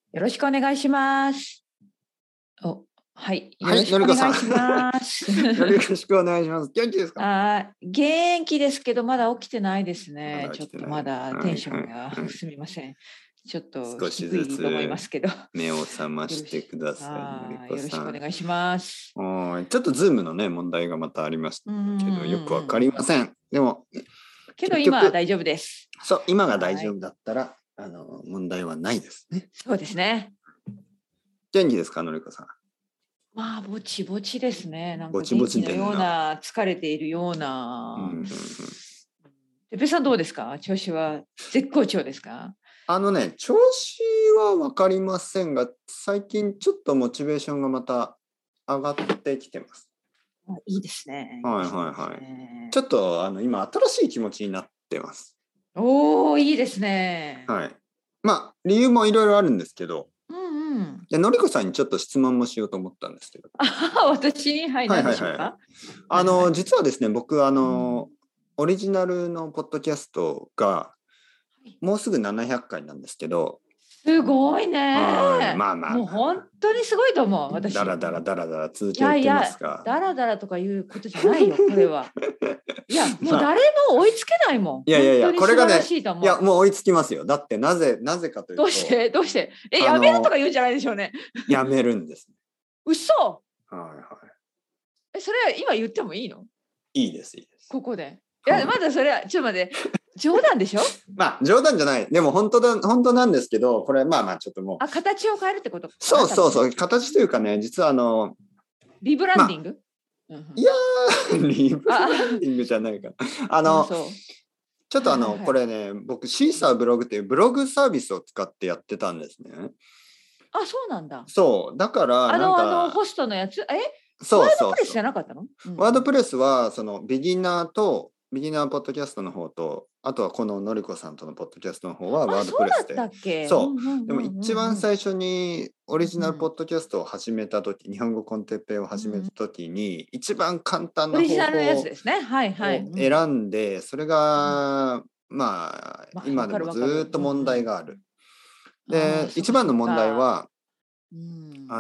よろしくお願いします。はい、よはい、 ろしくおのりこさん。 願いします。 よろしくお願いします。元気ですか？ 元気ですけど、まだ起きてないですまね。ちょっとだ起きてない。 まだテはいはいンションがはい。 すみません。ちょっと少しず低いと思いまつすけど。 目を覚まよろしてしください、のりこよろしさん。 くお願いします。 ちょっとズームのね、問題がまたありましうんうんうんたけど、よくわかうんうん。 りません。でも、 けど結局、 今は大丈夫です。 そう、今が大はい。 丈夫だったら、問題はないですね。 そうですね。 元気ですか、のりこさん。 まあ、ぼちぼちですね。なんかぼちぼ元気のようちでんな。 な、疲れているよううんうんうな。 ん。 てっぺいさんどうですか？調子は絶好調ですか？ 調子はわかりませんが、最近ちょっとモチベーションがまた上がってきてます。 いいですね。いいはいですね。 はいはい。ちょっと今新しい気持ちになってます。 おお、いいですね。 はい。まあ理由もいろいろあるんですけど、 うんうん。 でのりこさんにちょっと質問もしようと思ったんですけど。 私に、はい、何ではいはいはい。 しょうか？はいはい。 実はですね、僕うん。 オリジナルのポッドキャストがもうすぐ700回なんですけど、 すごいはい、 ね。 まあまあもうまあまあ、 本当にすごいと思う、私。 だらだらだらだら続いけてますやいや、 が、 だらだらとかいうことじゃないよ、これは。いや、もうまあ、 誰も追いつけないもん。 いやいやいや、 本当にこれがね、 素晴らしいといや、 思う。 もう追いつきますよ。だってなぜかというと、 どうして？ あやめるとかの、 言うんじゃないでしょうね。 やめるんです。 嘘。 はいはそれは今言ってもいいの？ い。いいです、いいです。 ここで。いや、 はい。 まだそれは、ちょっと待って。冗談でしょ？ まあ、冗談じゃない。でも本当なんですけど、これまあまあ、ちょっともう、 形を変えるってことかな、多分ね。 そうそうそう、形というかね、実はリブラまあ、 ンディング？うんうん。 いやリブあランディングじゃないかな。ああ、 の、 そう。 ちょっとこはいはいはい。 れね、僕、シーサーブログっていうブログサービスを使ってやってたんですね。 あ、そうなんだ。 そう、だからホストのやつ？ワーそうそうドプレスそう。 じゃなかったの？うんうん。 ワードプレスは、そのビギナーポッドキャストの方と、あとはこののりこさんとのポッドキャストの方はあ、 ワードそうプレスで。 だったっけ？うんそう。でもうんうん一番うんうん。 最初にオリジナルポうん。 ッドキャストを始めたとき、日本語コンテッペイを始めたうんうん。 ときに、一番簡単なオリジナルのやつ方法ですね。はいはい。 をうん。 選んで、それうん。 が、まあ、 まあ、わ今でもかるわかる。 ずっと問うんうん。 題がある。 ああ、 で、 そっかそっ一番の問題か。 は、 うん。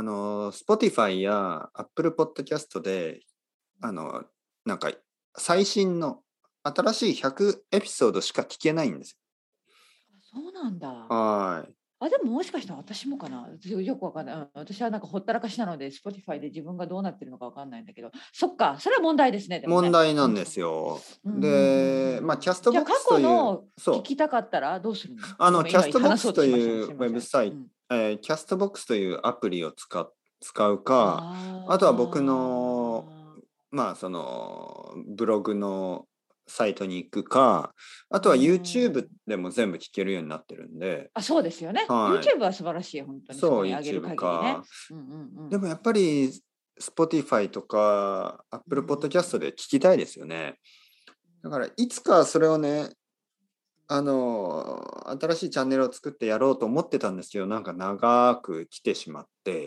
Spotify や Apple Podcast で、あの、なんか、最新の新しい100エピソードしか聞けないんですそうなんだ。 よ。はい。 でももしかしたら私もかな。よくわかんない。私はなんかほったらかしなので、Spotify で自分がどうなってるのかわかんないんだけど、そっか、それは問題ですね、でも問ね。うん題なんですよ。 うんうんうんうんで、まあ、キャストじゃあ過ボックスという、 去の聞そきたかったらどうするの？ う、 ごめん、 キャ今ストボックス話そうとしましたね。 というウすいません。 ェブサイト、 うん。 キャストボックスというアプリを使うか、あとは僕の、 ああ。 まあ、その、ブログのサイトに行くか、あうとは YouTube ん。 でも全部聞けるようになってるんで、 そうですよね。 はい。 YouTube は素晴らしい、本当にそこそう、 に上げる YouTube 限りね。 か。 うんうんうん。 でもやっぱり Spotify とかう Apple ん。 Podcast で聞きたいですよね。だからいつかそれをね、新しいチャンネルを作ってやろうと思ってたんですけど、なんか長く来てしまって、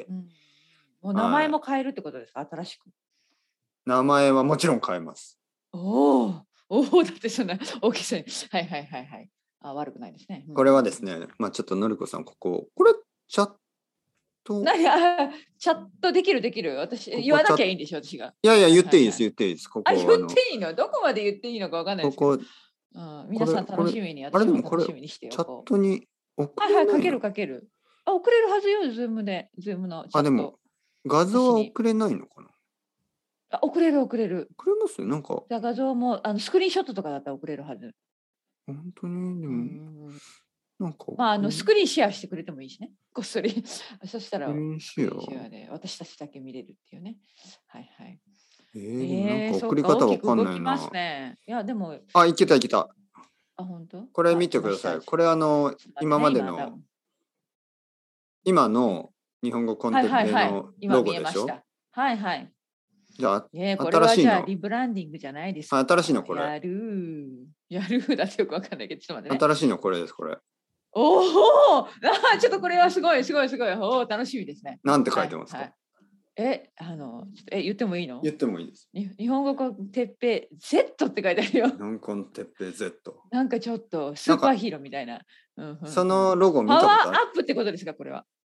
うん。もう名前はい。 も変えるってことですか？新しく。 名前はもちろん変えます。 おお、おお、だってそんな大きさに。はいはいはいはい。悪くないですね。うんこれはうんうん。 ですね、まあちょっとのりこさん、これチャット、 チャットできるできる。私、言わなチャット、 きゃいいんでしょ、私が。 いやいや、 はい言っていいです、 はいはい。 言っていいです。 言っていいの？どこまで言っていいのかわかんないですけど。 ここ、 うん、 これ、 皆さん楽しみに、 あれ私もでもこれ、 楽しみにしてチャッおこう。 トに送はいはい、かけるれないの？ かける。送れるはずよ、ズームで、ズームのチあ、でも、 ャット。 画像私に。 は送れないのかな？ 送れる送れる。 送れます？なんか、 じゃあ画像も、スクリーンショットとかだったら送れるはず。 本当に、でうんうんも、 うん。 なんかまあ、 送れ、 スクリーンシェアしてくれてもいいしね。こっそり。そしたら、 スクリーンスクリーンシェア。 シェアで私たちだけ見れるっていうね。はいはい。 でもなんかそうか、大きく送り方わかん動きますないな。 ね。いや、でも、 あ、いけたいけた。 本当？ これ見来ました。 てください。これ今ちょっと待ってね、今だ。 までの、今の日本語コンはいテッはいはい。 ペイの今見ロゴでしょ？ えました。はいはい。 じゃあ、 これはじゃあ新しいの、 リブランディングじゃないです新しいのか。 これ。 やるー。やるーだってよくわかんないけど、ちょっと待ってね。 新しいのこれです、これ。 おおちょっとこれはすごいすごいすごい。楽しみですね。 なんて書いてますか？ はいはい。言ってもいいの？ 言ってもいいです。 日本語コンテッペイ Z って書いてあるよ。 日本コンテッペイ Z。 なんかちょっとスなんか、 ーパーヒーローみたいな。うんうんうん。 そのロゴパワーア見たことある？ ップってことですか、これは。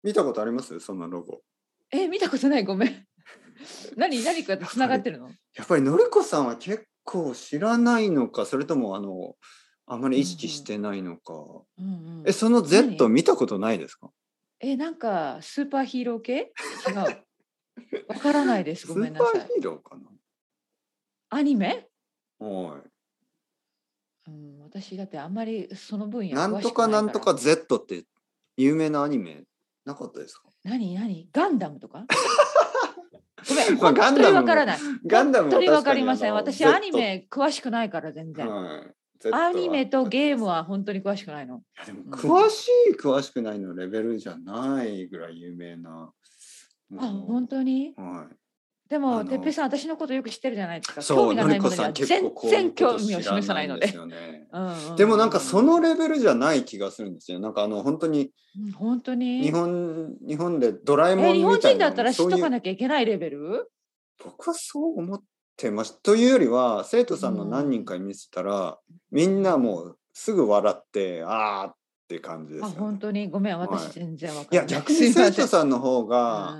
見たことありますそのロゴ。 見たことない、ごめん。何かとつながってるの？ やっぱりのりこさんは結構知らないのか、それともあまり意識してないのか。 うんうん、 その Z 見たことないですか？ なんかスーパーヒーロー系？違う。わからないです。ごめんなさい。 スーパーヒーローかな。 アニメ？ はい。 私だってあんまりその分野なんと詳しくないから。 かなんとか Z って有名なアニメなかったですか？ 何ガンダムとか？ごめん、 まあ本当にわからない。 ガンダムも本当にわ確かにかりません。私 Z アニメ詳しくないから全然。 はい、Z アニメとゲームはは本当に詳しくないの。 いやでも詳しくないのレベルじゃないぐらい有名な。 本当に？ はい。 でもてっぺいさん私のことよく知ってるじゃないですか。 そう、 興味がないものにはのりこさん全然興味を示さないので。 でもなんかそのレベルじゃない気がするんですよ。なんか本当に本当に日本でドラえもんみたいな、 日本人だったら知っとかなきゃいけないレベル？ 僕はそう思ってました。というよりは生徒さんの何人かに見せたら、みんなもうすぐ笑ってあーって感じですよね。 本当にごめん、私全然わかんない。いや逆に生徒さんの方が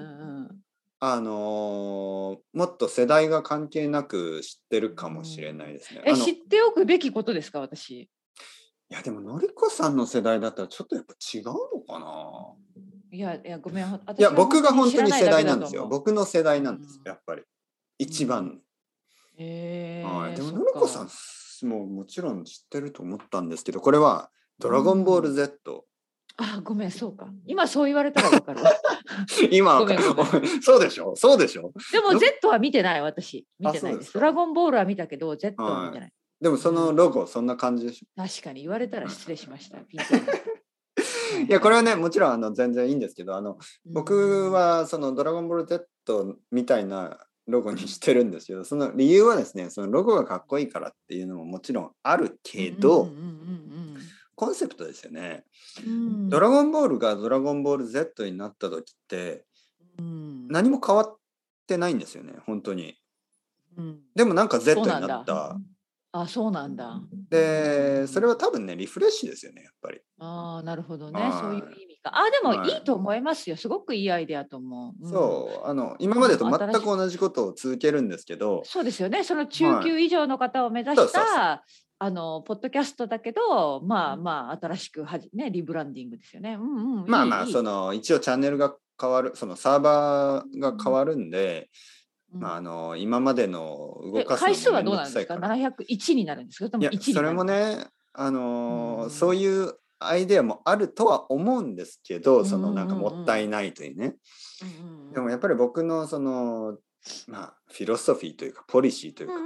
もっと世代が関係なく知ってるかもしれないですね。 知っておくべきことですか、私。 いやでものりこさんの世代だったらちょっとやっぱ違うのかな。 いやごめん。 いや僕が本当に世代なんですよ。僕の世代なんです、やっぱり一番。でものりこさんもちろん知ってると思ったんですけど、これはドラゴンボール Z。 ごめん、そうか。今そう言われたらわかるわ。 今ごめんそうでしょ。 でも Z は見てない、私。見てないです。ドラゴンボールは見たけど Z は見てない。 でもそのロゴそんな感じでしょ。 確かに言われたら失礼しました。いやこれはねもちろん全然いいんですけど、僕はそのドラゴンボール Z みたいなロゴにしてるんですけど、その理由はですね、そのロゴがかっこいいからっていうのももちろんあるけど、コンセプトですよね。ドラゴンボールがドラゴンボール Z になった時って何も変わってないんですよね、本当に。でもなんか Z になった。 そうなんだ。 でそれは多分ねリフレッシュですよね、やっぱり。 なるほどね、そういう意味か。でもいいと思いますよ。すごくいいアイデアと思う。 そう今までと全く同じことを続けるんですけど。 そうですよね。その中級以上の方を目指したポッドキャストだけど、新しくリブランディングですよね。 その一応チャンネルが変わる、そのサーバーが変わるんで、今までの動かすの回数はどうなんですか？701になるんですか？ いやそれもねそういうアイデアもあるとは思うんですけど、そのなんかもったいないというね。でもやっぱり僕のそのフィロソフィーというかポリシーというか、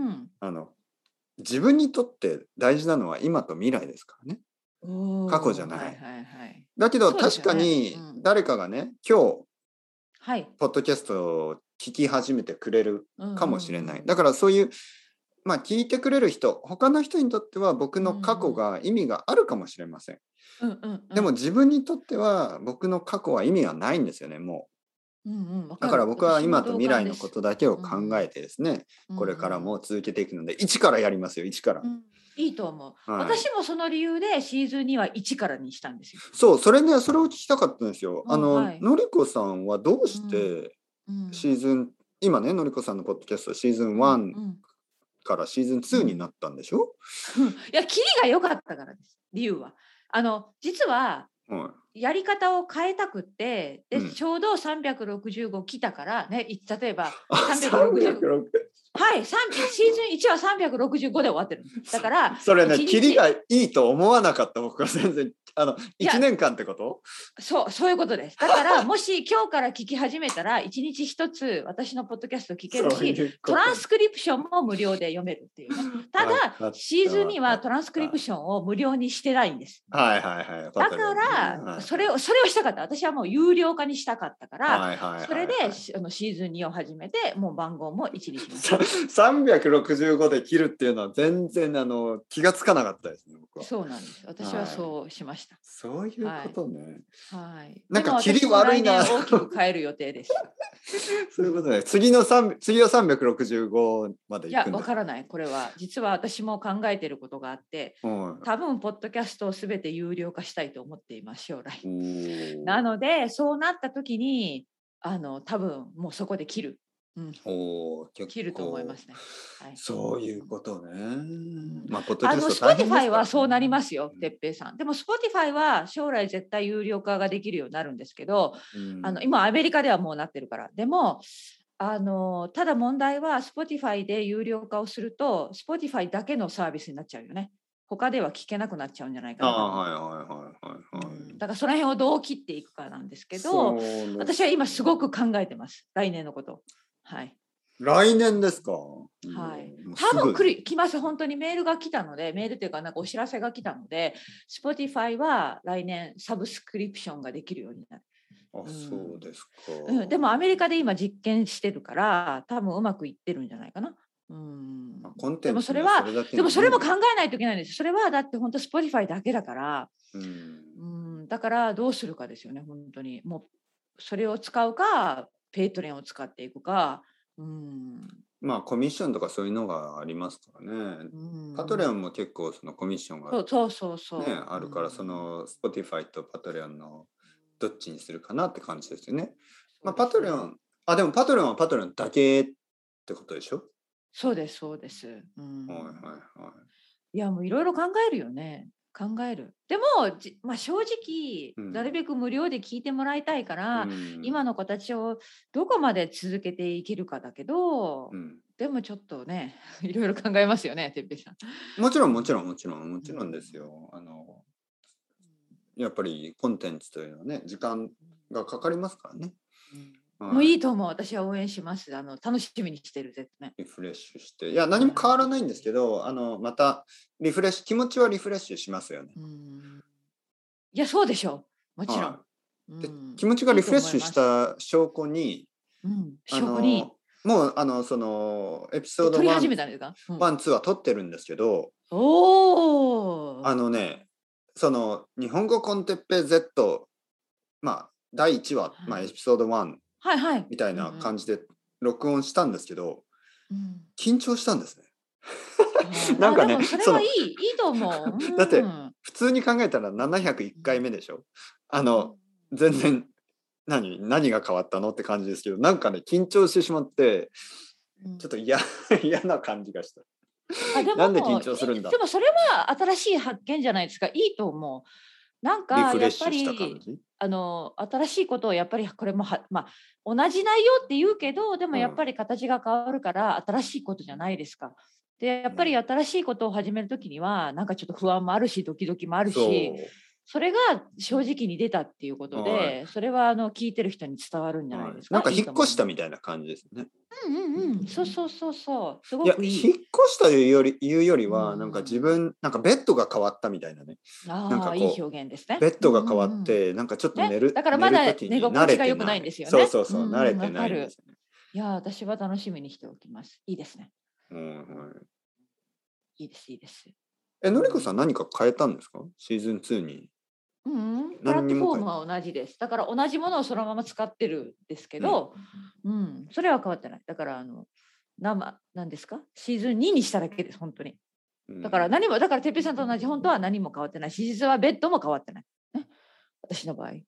自分にとって大事なのは今と未来ですからね。過去じゃない。だけど確かに誰かがね今日ポッドキャストを聞き始めてくれるかもしれない。だからそういう聞いてくれる人、他の人にとっては僕の過去が意味があるかもしれません。でも自分にとっては僕の過去は意味がないんですよね、もう。だから僕は今と未来のことだけを考えてですね、これからも続けていくので、一からやりますよ、一から。 いいと思う。私もその理由でシーズン2は1からにしたんですよ。 そう、それを聞きたかったんですよ。のりこさんはどうしてシーズン、今ね、のりこさんのポッドキャストシーズン1からシーズン2になったんでしょ？ いや、キリが良かったからです、理由は。実は、やり方を変えたくって、ちょうど365来たからね、例えば365。シーズン1は365で終わってる。だからそれね、キリがいいと思わなかった。僕は全然1年間ってこと？ そういうことです。だからもし今日から聞き始めたら1日1つ私のポッドキャスト聞けるし、トランスクリプションも無料で読めるっていうね。ただシーズンにはトランスクリプションを無料にしてないんです。だからそれをしたかった。私はもう有料化にしたかったから、それでシーズン2を始めて、もう番号も1にしました。 365で切るっていうのは全然気がつかなかったですね、僕は。 そうなんです。私はそうしました。 た。 そういうことね。 はい。 なんか切り悪いな。 大きく変える予定です。 そういうことね。次は365まで行くんだ。 いや、わからない。これは実は私も考えていることがあって、多分ポッドキャストをすべて有料化したいと思っています、将来。なのでそうなった時に多分もうそこで切る。切ると思いますね。はい、 そういうことね。 まあ、Spotify はそうなりますよ、哲平さん。でも Spotify は将来絶対有料化ができるようになるんですけど、今アメリカではもうなってるから。でもただ問題は Spotify で有料化をすると Spotify だけのサービスになっちゃうよね。他では聞けなくなっちゃうんじゃないかな。だからその辺をどう切っていくかなんですけど、私は今すごく考えてます。来年のこと。はい。 来年ですか。 はい。多分来ます。本当にメールが来たので、メールというかなんかお知らせが来たので、Spotify は来年サブスクリプションができるようになる。 そうですか。 でもアメリカで今実験してるから多分うまくいってるんじゃないかな。でもそれも考えないといけないんです。それはだって本当 Spotify だけだから、だからどうするかですよね。本当にもうそれを使うかペイトレンを使っていくか。 まあコミッションとかそういうのがありますからね。パトレオンも結構そのコミッションが、あるから、その Spotify とパトレオンのどっちにするかなって感じですよね。まあパトレオン、でもパトレオンはパトレオンだけってことでしょ。 そうですそうです。いやもういろいろ考えるよね。考える。でも、正直、なるべく無料で聞いてもらいたいから、今の子たちをどこまで続けていけるかだけど、でもちょっとね、いろいろ考えますよね、てっぺいさん。 もちろんですよ。やっぱりコンテンツというのはね、時間がかかりますからね。 もういいと思う。私は応援します。楽しみにしてる絶対。 リフレッシュして。いや、何も変わらないんですけど、またリフレッシュ、気持ちはリフレッシュしますよね。 いや、そうでしょう。もちろん。 で気持ちがリフレッシュした証拠に、もうそのエピソード1、2は撮ってるんですけど、その日本語コンテッペ Z、第1話、エピソード1みたいな感じで録音したんですけど、緊張したんですね。 なんかね、それはいいと思う。 だって普通に考えたら701回目でしょ。全然何が変わったのって感じですけど、なんかね緊張してしまってちょっと嫌な感じがした。なんで緊張するんだ。 でもそれは新しい発見じゃないですか。いいと思う。なんかやっぱり新しいことをやっぱりこれも同じ内容って言うけど、でもやっぱり形が変わるから新しいことじゃないですか。でやっぱり新しいことを始めるときにはなんかちょっと不安もあるしドキドキもあるし、それが正直に出たっていうことで、それは聞いてる人に伝わるんじゃないですか。 なんか引っ越したみたいな感じですね。 そうすごくいい。 引っ越したというよりは、なんか自分なんかベッドが変わったみたいなね。なんかいい表現ですね。 ベッドが変わって、なんかちょっと寝る、 だからまだ寝心地が良くないんですよね。 そう慣れてないんですよね。 いや私は楽しみにしておきます。いいですね。いいです。 のりこさん何か変えたんですか？シーズン2に。 プラットフォームは同じです。だから同じものをそのまま使ってるんですけど、それは変わってない。だから何ですか？シーズン2にしただけです、本当に。だからてっぺいさんと同じ、本当は何も変わってない。シーズンはベッドも変わってない。ね、私の場合。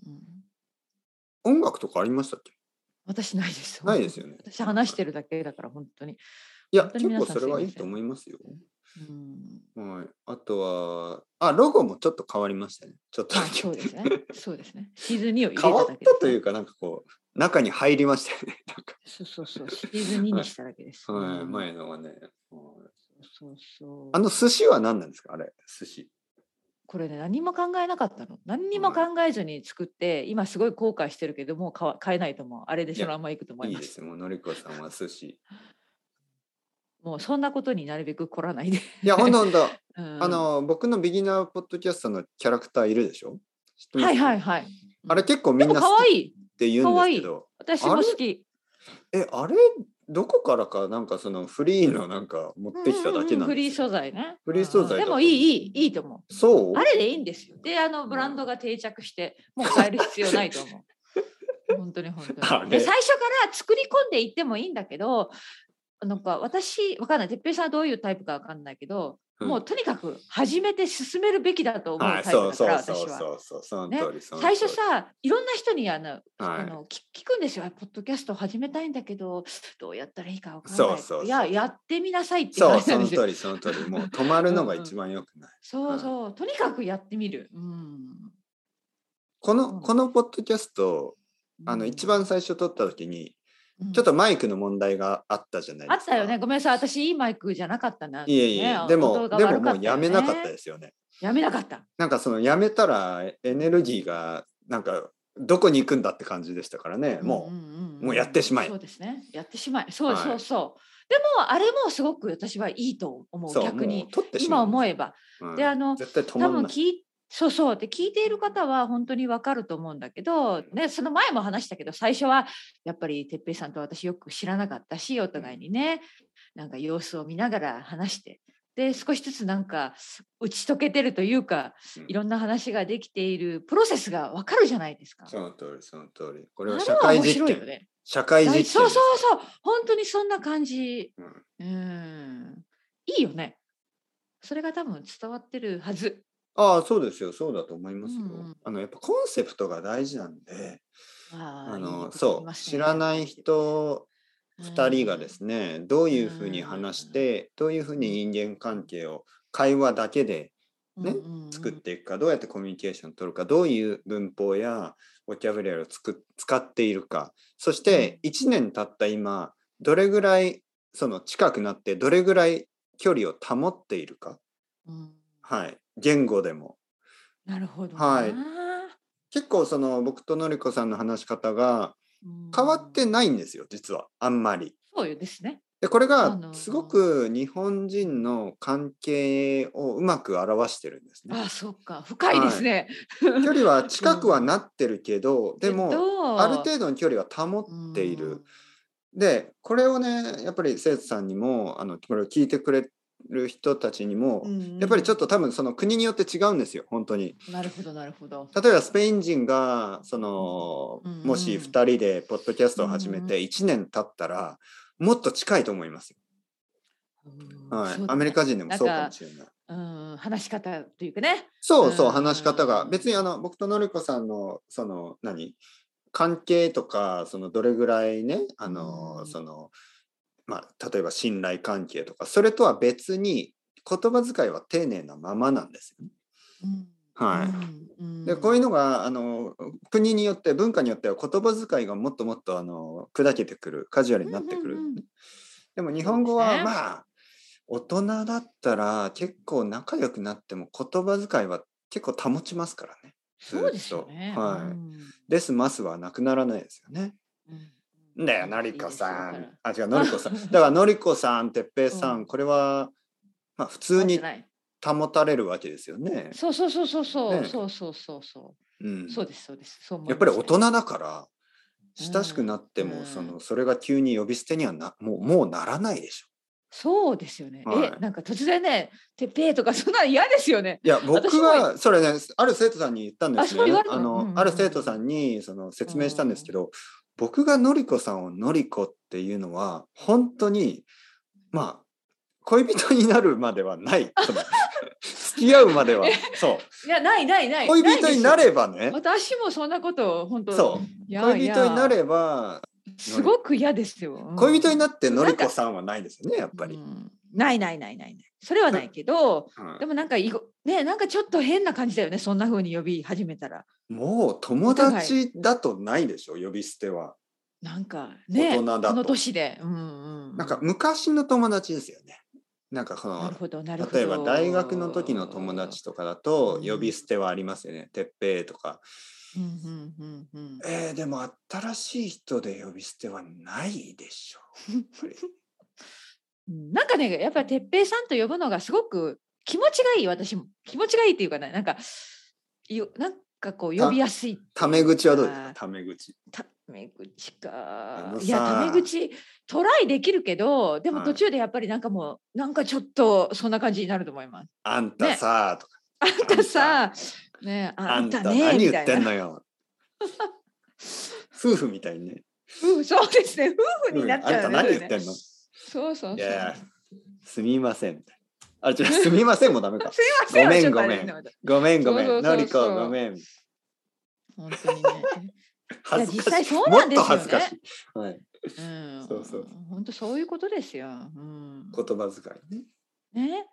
音楽とかありましたっけ？ 私ないです。 ないですよね。 私話してるだけだから本当に。 いや、結構それはいいと思いますよ。あとはロゴもちょっと変わりましたね。ちょっとそうですね。シーズン2を入れただけです。 変わったというか、なんかこう中に入りましたよね。 そうシーズン2にしただけです。 前のはね。 そう寿司は何なんですか？あれ寿司。 これね、何も考えなかったの。何にも考えずに作って、今すごい後悔してるけどもう買えないと思う。あれでそのままいくと思います。 いいですもうのりこさんは寿司。 もうそんなことになるべく凝らないで。 いや本当僕のビギナーポッドキャストのキャラクターいるでしょ？ はい。 あれ結構みんな好きって言うんですけど、 私も好き。 あれどこからかなんかそのフリーのなんか持ってきただけなんですよ、 フリー素材ね。 フリー素材でもいいと思う。 そうあれでいいんですよ。でブランドが定着してもう変える必要ないと思う。本当に本当に。で最初から作り込んでいってもいいんだけど、なんか私わかんない。てっぺいさんはどういうタイプかわかんないけど、もうとにかく始めて進めるべきだと思うタイプだから私は。最初さ、いろんな人に聞くんですよ。ポッドキャスト始めたいんだけどどうやったらいいかわかんない。いややってみなさいって言われたんですよ。 その通りもう止まるのが一番良くない。 そうとにかくやってみる。 このポッドキャスト一番最初撮った時にちょっとマイクの問題があったじゃないですか。 あったよね。ごめんなさい。私いいマイクじゃなかったな。 いえ。でももうやめなかったですよね。 やめなかった。 なんかそのやめたらエネルギーがなんかどこに行くんだって感じでしたからね。もうやってしまえ。 そうですね。やってしまえ。そう。でもあれもすごく私はいいと思う。逆に今思えば。で絶対止まんない。 そうで聞いている方は本当に分かると思うんだけど、ね、その前も話したけど最初はやっぱり哲平さんと私よく知らなかったし、お互いにねなんか様子を見ながら話して、で少しずつなんか打ち解けてるというか、いろんな話ができているプロセスが分かるじゃないですか。 その通り。これは社会実験。社会実験。 そう本当にそんな感じ。いいよね。それが多分伝わってるはず。 そうですよ。そうだと思いますよ。やっぱコンセプトが大事なんで、知らない人2人がですね、どういうふうに話して、どういうふうに人間関係を会話だけでね、作っていくか、どうやってコミュニケーションを取るか、どういう文法やボキャブラリーを使っているか、そして1年経った今、どれぐらいその近くなって、どれぐらい距離を保っているか。言語でも。 なるほど。 結構その僕とのりこさんの話し方が変わってないんですよ、実はあんまり。 そうですね。 でこれがすごく日本人の関係をうまく表してるんですね。 そうか、深いですね。 距離は近くはなってるけど、でもある程度の距離は保っている。でこれをねやっぱり生徒さんにもこれを聞いてくれる人たちにも、やっぱりちょっと多分その国によって違うんですよ、本当に。 なるほど。 例えばスペイン人がもし2人でポッドキャストを始めて1年経ったらもっと近いと思いますよ。アメリカ人でもそうかもしれない。 話し方というかね。 話し方が別に僕とのりこさんの関係とかどれぐらいね例えば信頼関係とかそれとは別に言葉遣いは丁寧なままなんですよ。でこういうのが国によって文化によっては言葉遣いがもっともっと砕けてくるカジュアルになってくる。でも日本語は大人だったら結構仲良くなっても言葉遣いは結構保ちますからね。 そうですよね。 ですますはなくならないですよね。だよのりこさん。違うのりこさん。だからのりこさん、てっぺいさん、これは普通に保たれるわけですよね。 そう。そうです。 やっぱり大人だから親しくなってもそれが急に呼び捨てにはもうならないでしょ。 そうですよね。なんか突然ね、てっぺいとかそんな嫌ですよね。 いや僕はそれねある生徒さんに言ったんですね。ある生徒さんに説明したんですけど、僕がのりこさんをのりこっていうのは本当に恋人になるまではない。付き合うまでは。そう。 いやない。 恋人になればね。 私もそんなこと本当。 恋人になれば。 すごく嫌ですよ。 恋人になってのりこさんはないですよね、やっぱり。 ない。それはないけど、でもなんかなんかちょっと変な感じだよね。そんな風に呼び始めたら。 もう友達だとないでしょ、呼び捨ては。 なんかね、この年で。 なんか昔の友達ですよね。なんか例えば大学の時の友達とかだと呼び捨てはありますよね。てっぺいとか。でも新しい人で呼び捨てはないでしょなんかねやっぱりてっぺいさんと呼ぶのがすごく気持ちがいい。私も気持ちがいいっていうかね、なんかかこう呼びやすい。 タメ口はどうですか？タメ口。 タメ口か。いや、タメ口トライできるけど、でも途中でやっぱりなんかもう、なんかちょっとそんな感じになると思います。 あんたさ、とか。 あんたさ、ね、あんたね、 何言ってんのよ。夫婦みたいにね。 そうですね、夫婦になっちゃう、ね。 あんた何言ってんの？ そう。 いや、すみません。あ、違う、すみませんもダメか。 すみません。 ごめん。のりこ、ごめん。 本当にね。いや、実際そうなんですよね。もっと恥ずかしい。 はい。そう。 本当そういうことですよ。 言葉遣いね。ね。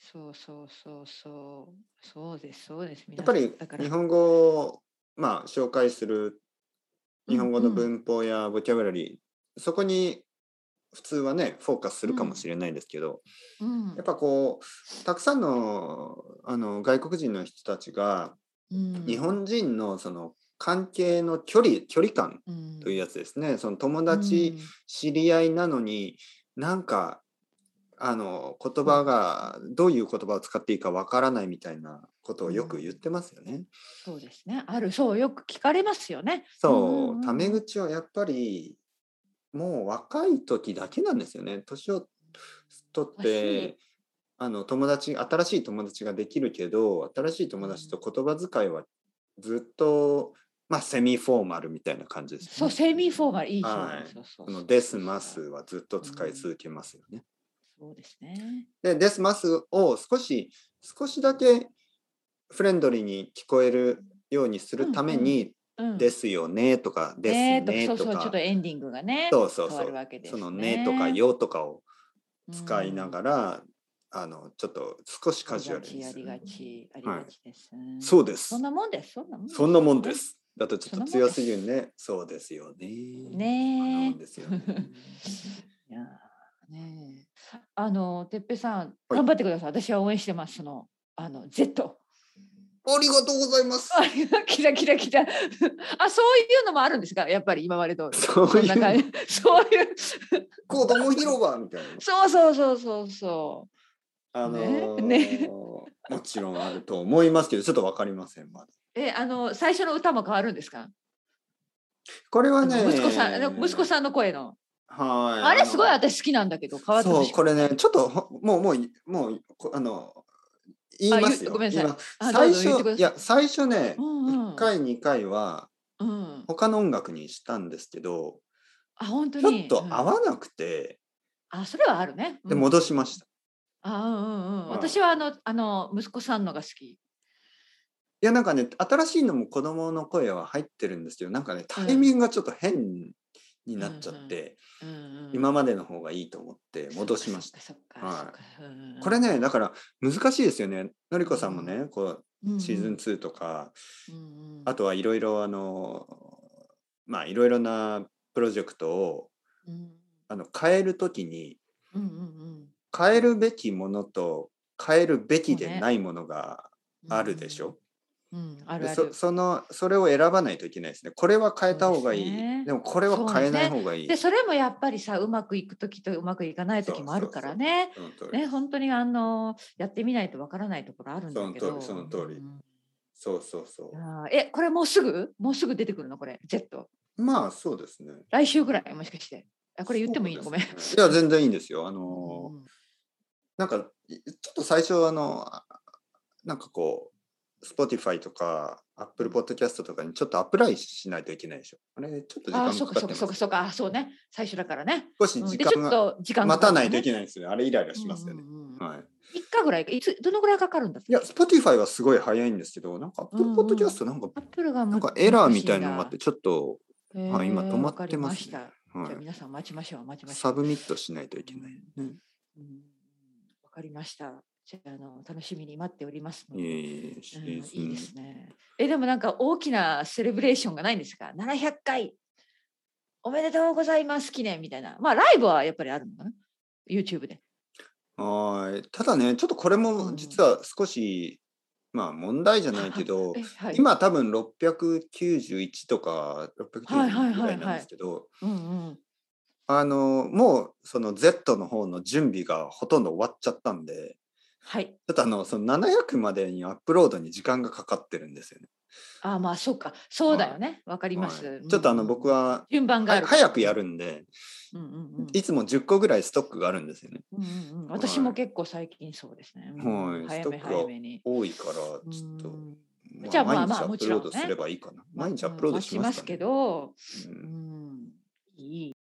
そうです。 やっぱり日本語をまあ紹介する日本語の文法やボキャブラリー、そこに普通はねフォーカスするかもしれないですけど、やっぱこうたくさんの外国人の人たちが、日本人のその関係の距離感というやつですね。その友達、知り合いなのになんか言葉がどういう言葉を使っていいかわからないみたいなことをよく言ってますよね。 そうですね。そうよく聞かれますよね。 タメ口はやっぱりもう若い時だけなんですよね。年を取って新しい友達ができるけど、新しい友達と言葉遣いはずっとセミフォーマルみたいな感じですね。 そう、セミフォーマルいいこのデスマスはずっと使い続けますよね。 そうですね。 で、デスマスを少しだけフレンドリーに聞こえるようにするために、ですよねとか、ですねとか、 そうちょっとエンディングがね、 変わるわけですね。 そのねとかよとかを使いながら、ちょっと少しカジュアルにする。 ありがちです。 そうです。 そんなもんです。 そんなもんです。だとちょっと強すぎるね。そうですよね。 ねえ。 ですよね。 いやねてっぺさん頑張ってください。私は応援してます。Z。 ありがとうございます。 キラ。そういうのもあるんですか。やっぱり今まで通り。 そういう子供広場みたいな。 そう。 もちろんあると思いますけど、ちょっとわかりませんまだ。 最初の歌も変わるんですか。 これはね、 息子さんの声の。 はい。 あれすごい私好きなんだけど、変わってほしい。 そう、これね、ちょっともう言いますよ。 ごめんなさい。 最初ね、1回2回は他の音楽にしたんですけど、 本当にちょっと合わなくて、 それはあるね。 で戻しました。 私は息子さんのが好き。 いやなんかね、新しいのも子供の声は入ってるんですけど、なんかねタイミングがちょっと変になっちゃって、今までの方がいいと思って戻しました。これね、だから難しいですよね。のりこさんもね、こうシーズン2とか、あとはいろいろいろいろなプロジェクトを変えるときに、変えるべきものと変えるべきでないものがあるでしょ。それを選ばないといけないですね。これは変えた方がいい。でもこれは変えない方がいい。 でそれもやっぱりさ、うまくいく時とうまくいかない時もあるからね。本当にやってみないとわからないところあるんだけど。 その通り。そう。 これもうすぐ出てくるのこれ Z。 まあそうですね。 来週ぐらいもしかして。これ言ってもいいの？ごめん。いや全然いいんですよ。なんかちょっと最初なんかこう。Spotify とか Apple Podcast とかにちょっとアプライしないといけないでしょ。あれちょっと時間かかってます。 そうね。最初だからね。 少し時間待たないといけないんですよね。あれイライラしますよね。 3日ぐらいか。どのぐらいかかるんだっけ？ いや Spotify はすごい早いんですけど、なんか Apple Podcast なんかエラーみたいなのがあってちょっっと今止まってますね。じゃあ皆さん待ちましょう。 サブミットしないといけない。 わかりました。じゃあ楽しみに待っておりますので。いいですね。でもなんか大きなセレブレーションがないんですか？700回おめでとうございます記念みたいな。ライブはやっぱりあるのかな YouTube で。 ただね、ちょっとこれも実は少し問題じゃないけど、今多分691とか690ぐらいなんですけど、もうその Z の方の準備がほとんど終わっちゃったんで、 はい。 ちょっとその700までにアップロードに時間がかかってるんですよね。 まあそうか、そうだよね。わかります。 ちょっと僕は順番がある早くやるんで、いつも10個ぐらいストックがあるんですよね。 私も結構最近そうですね。 ストックが多いからちょっと。 じゃあまあ毎日アップロードすればいいかな。毎日アップロードしますかね。 けど、いい。